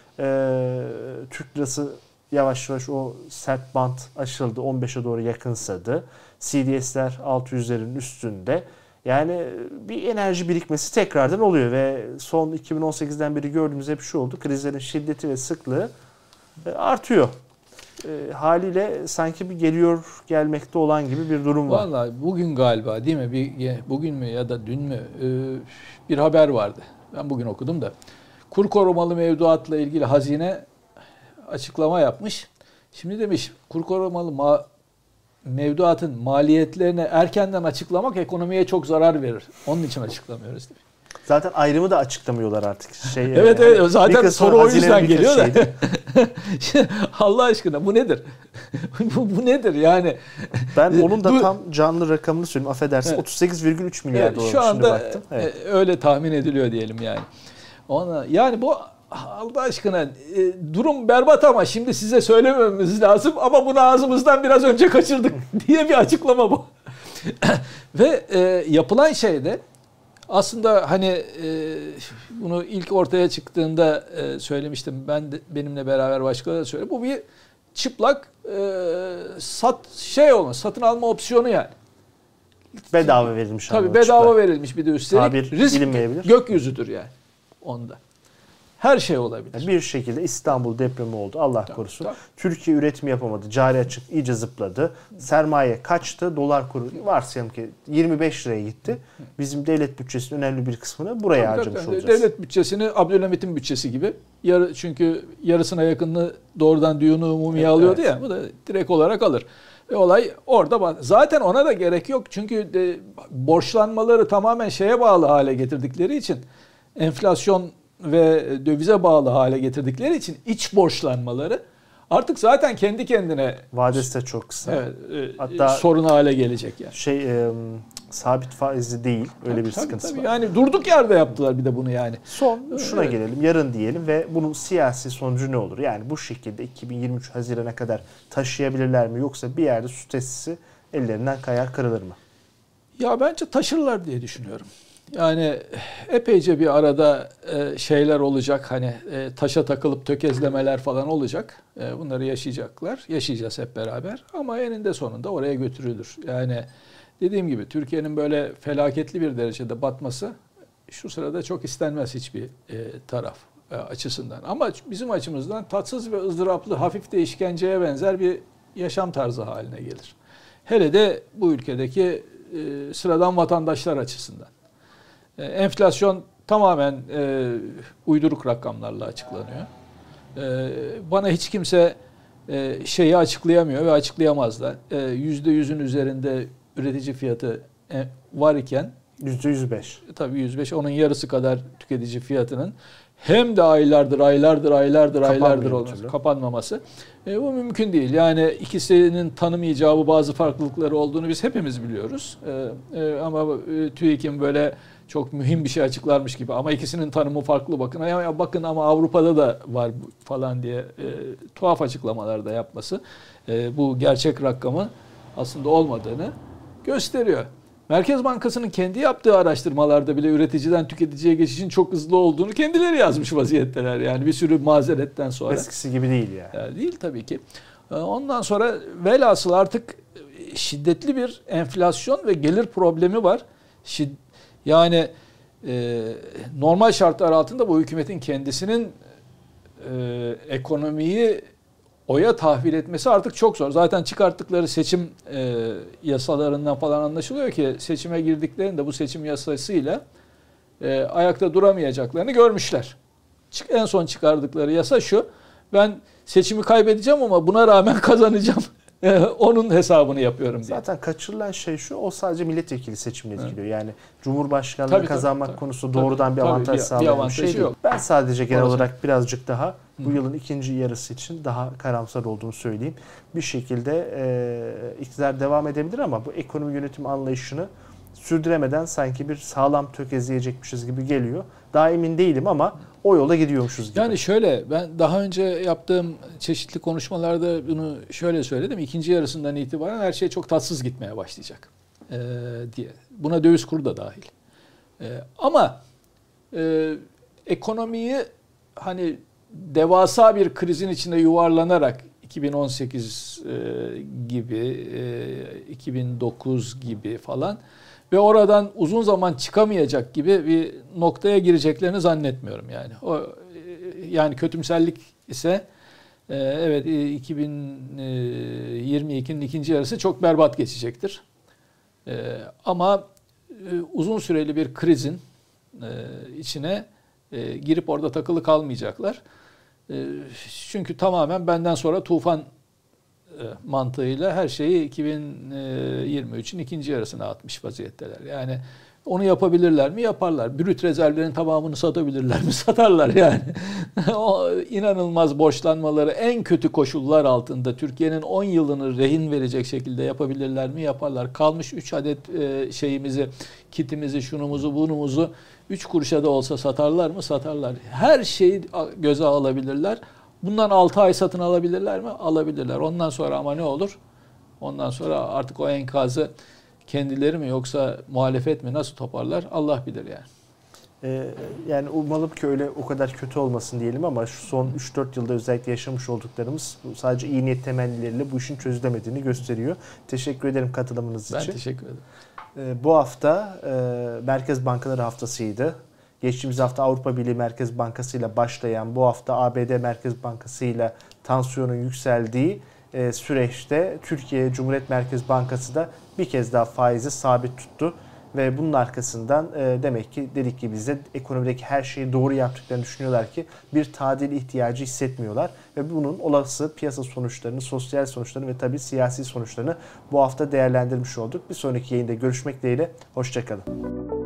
Ee, Türk lirası yavaş yavaş o sert bant aşıldı. on beşe doğru yakınsadı. C D S'ler altı yüzlerin üstünde. Yani bir enerji birikmesi tekrardan oluyor ve son iki bin on sekizden beri gördüğümüz hep şu oldu. Krizlerin şiddeti ve sıklığı artıyor. E, haliyle sanki bir geliyor gelmekte olan gibi bir durum var. Vallahi bugün galiba değil mi? Bir, bugün mü ya da dün mü e, bir haber vardı. Ben bugün okudum da. Kur korumalı mevduatla ilgili hazine açıklama yapmış. Şimdi demiş kur korumalı ma mevduatın maliyetlerini erkenden açıklamak ekonomiye çok zarar verir. Onun için açıklamıyoruz demiş. Zaten ayrımı da açıklamıyorlar artık. Şey, evet yani, evet zaten soru o yüzden geliyor da. Allah aşkına bu nedir? bu, bu nedir yani? Ben onun da tam canlı rakamını söyleyeyim, affedersin. Evet. otuz sekiz virgül üç milyar evet, dolar. Şu anda evet. öyle tahmin ediliyor diyelim yani. Ona, yani bu Allah aşkına e, durum berbat ama şimdi size söylemememiz lazım ama bunu ağzımızdan biraz önce kaçırdık diye bir açıklama bu. Ve e, yapılan şey de aslında hani e, bunu ilk ortaya çıktığında e, söylemiştim. Ben de, benimle beraber başkaları da söyledi. Bu bir çıplak e, sat şey olma, satın alma opsiyonu yani. Bedava verilmiş. Tabii bedava çıplak. Verilmiş bir de üstelik. Tabir risk bilinmeyebilir. Gökyüzüdür yani onda. Her şey olabilir. Bir şekilde İstanbul depremi oldu. Allah tabii, korusun. Tabii. Türkiye Türkiye üretim yapamadı. Cari açık iyice zıpladı. Sermaye kaçtı. Dolar kuru varsayalım ki yirmi beş liraya gitti. Bizim devlet bütçesinin önemli bir kısmını buraya tabii, harcamış tabii. olacağız. Devlet bütçesini Abdülhamit'in bütçesi gibi. Yarı, çünkü yarısına yakınını doğrudan Diyun-u Umumiye evet, alıyordu ya. Bu da direkt olarak alır. E, olay orada. Zaten ona da gerek yok. Çünkü de, borçlanmaları tamamen şeye bağlı hale getirdikleri için enflasyon ve dövize bağlı hale getirdikleri için iç borçlanmaları artık zaten kendi kendine vadesi de çok kısa. Evet, e, hatta sorun hale gelecek yani. Şey e, sabit faizli değil öyle tabii, bir tabii, sıkıntısı tabii. var. Yani durduk yerde yaptılar bir de bunu yani. Son şuna evet. gelelim. Yarın diyelim ve bunun siyasi sonucu ne olur? Yani bu şekilde iki bin yirmi üç Haziran'a kadar taşıyabilirler mi yoksa bir yerde su tesisi ellerinden kayar kırılır mı? Ya bence taşırlar diye düşünüyorum. Yani epeyce bir arada şeyler olacak, hani taşa takılıp tökezlemeler falan olacak. Bunları yaşayacaklar, yaşayacağız hep beraber. Ama eninde sonunda oraya götürülür. Yani dediğim gibi Türkiye'nin böyle felaketli bir derecede batması şu sırada çok istenmez hiçbir taraf açısından. Ama bizim açımızdan tatsız ve ızdıraplı, hafif de işkenceye benzer bir yaşam tarzı haline gelir. Hele de bu ülkedeki sıradan vatandaşlar açısından. Enflasyon tamamen e, uyduruk rakamlarla açıklanıyor. E, bana hiç kimse e, şeyi açıklayamıyor ve açıklayamaz da. E, yüzde yüzün üzerinde üretici fiyatı e, var iken yüzde yüz beş. Tabii yüz beş, onun yarısı kadar tüketici fiyatının hem de aylardır, aylardır, aylardır, aylardır olması, kapanmaması. E, bu mümkün değil. Yani ikisinin tanım icabı bazı farklılıkları olduğunu biz hepimiz biliyoruz. E, e, ama e, TÜİK'in böyle çok mühim bir şey açıklarmış gibi ama ikisinin tanımı farklı bakın. Ya bakın ama Avrupa'da da var falan diye e, tuhaf açıklamalar da yapması e, bu gerçek rakamı aslında olmadığını gösteriyor. Merkez Bankası'nın kendi yaptığı araştırmalarda bile üreticiden tüketiciye geçişin çok hızlı olduğunu kendileri yazmış vaziyetteler. Yani bir sürü mazeretten sonra. Eskisi gibi değil yani. yani değil tabii ki. Ondan sonra velhasıl artık şiddetli bir enflasyon ve gelir problemi var. Şid Yani e, normal şartlar altında bu hükümetin kendisinin e, ekonomiyi oya tahvil etmesi artık çok zor. Zaten çıkarttıkları seçim e, yasalarından falan anlaşılıyor ki seçime girdiklerinde bu seçim yasasıyla e, ayakta duramayacaklarını görmüşler. En son çıkardıkları yasa şu: ben seçimi kaybedeceğim ama buna rağmen kazanacağım. Onun hesabını yapıyorum diye. Zaten kaçırılan şey şu, o sadece milletvekili seçimini etkiliyor. Evet. Yani Cumhurbaşkanlığı tabii, kazanmak tabii, konusu tabii, doğrudan bir tabii, avantaj bir, sağlayan bir bir şey değil. yok. Ben sadece genel Orası. olarak birazcık daha bu Hı. yılın ikinci yarısı için daha karamsar olduğunu söyleyeyim. Bir şekilde e, iktidar devam edebilir ama bu ekonomi yönetim anlayışını sürdüremeden sanki bir sağlam tökezleyecekmişiz gibi geliyor. Daha emin değilim ama o yola gidiyormuşuz gibi. Yani şöyle, ben daha önce yaptığım çeşitli konuşmalarda bunu şöyle söyledim. İkinci yarısından itibaren her şey çok tatsız gitmeye başlayacak ee, diye. Buna döviz kuru da dahil. Ee, ama e, ekonomiyi hani devasa bir krizin içinde yuvarlanarak iki bin on sekiz e, gibi, e, iki bin dokuz gibi falan ve oradan uzun zaman çıkamayacak gibi bir noktaya gireceklerini zannetmiyorum yani. O yani kötümserlik ise e, evet iki bin yirmi ikinin ikinci yarısı çok berbat geçecektir. E, ama e, uzun süreli bir krizin e, içine e, girip orada takılı kalmayacaklar. E, çünkü tamamen benden sonra tufan mantığıyla her şeyi iki bin yirmi üçün ikinci yarısına atmış vaziyetteler. Yani onu yapabilirler mi? Yaparlar. Brüt rezervlerin tamamını satabilirler mi? Satarlar yani. O inanılmaz borçlanmaları en kötü koşullar altında Türkiye'nin on yılını rehin verecek şekilde yapabilirler mi? Yaparlar. Kalmış üç adet şeyimizi, kitimizi, şunumuzu, bunumuzu üç kuruşa da olsa satarlar mı? Satarlar. Her şeyi göze alabilirler. Bundan altı ay satın alabilirler mi? Alabilirler. Ondan sonra ama ne olur? Ondan sonra artık o enkazı kendileri mi yoksa muhalefet mi nasıl toparlar? Allah bilir yani. Ee, yani umalım ki öyle o kadar kötü olmasın diyelim ama şu son üç dört yılda özellikle yaşamış olduklarımız sadece iyi niyet temellileriyle bu işin çözülemediğini gösteriyor. Teşekkür ederim katılımınız ben için. Ben teşekkür ederim. Ee, bu hafta e, Merkez Bankaları Haftası'ydı. Geçtiğimiz hafta Avrupa Birliği Merkez Bankası ile başlayan, bu hafta A B D Merkez Bankası ile tansiyonun yükseldiği e, süreçte Türkiye Cumhuriyet Merkez Bankası da bir kez daha faizi sabit tuttu. Ve bunun arkasından e, demek ki dedik ki bize ekonomideki her şeyi doğru yaptıklarını düşünüyorlar ki bir tadil ihtiyacı hissetmiyorlar. Ve bunun olası piyasa sonuçlarını, sosyal sonuçlarını ve tabii siyasi sonuçlarını bu hafta değerlendirmiş olduk. Bir sonraki yayında görüşmek dileğiyle. Hoşça kalın.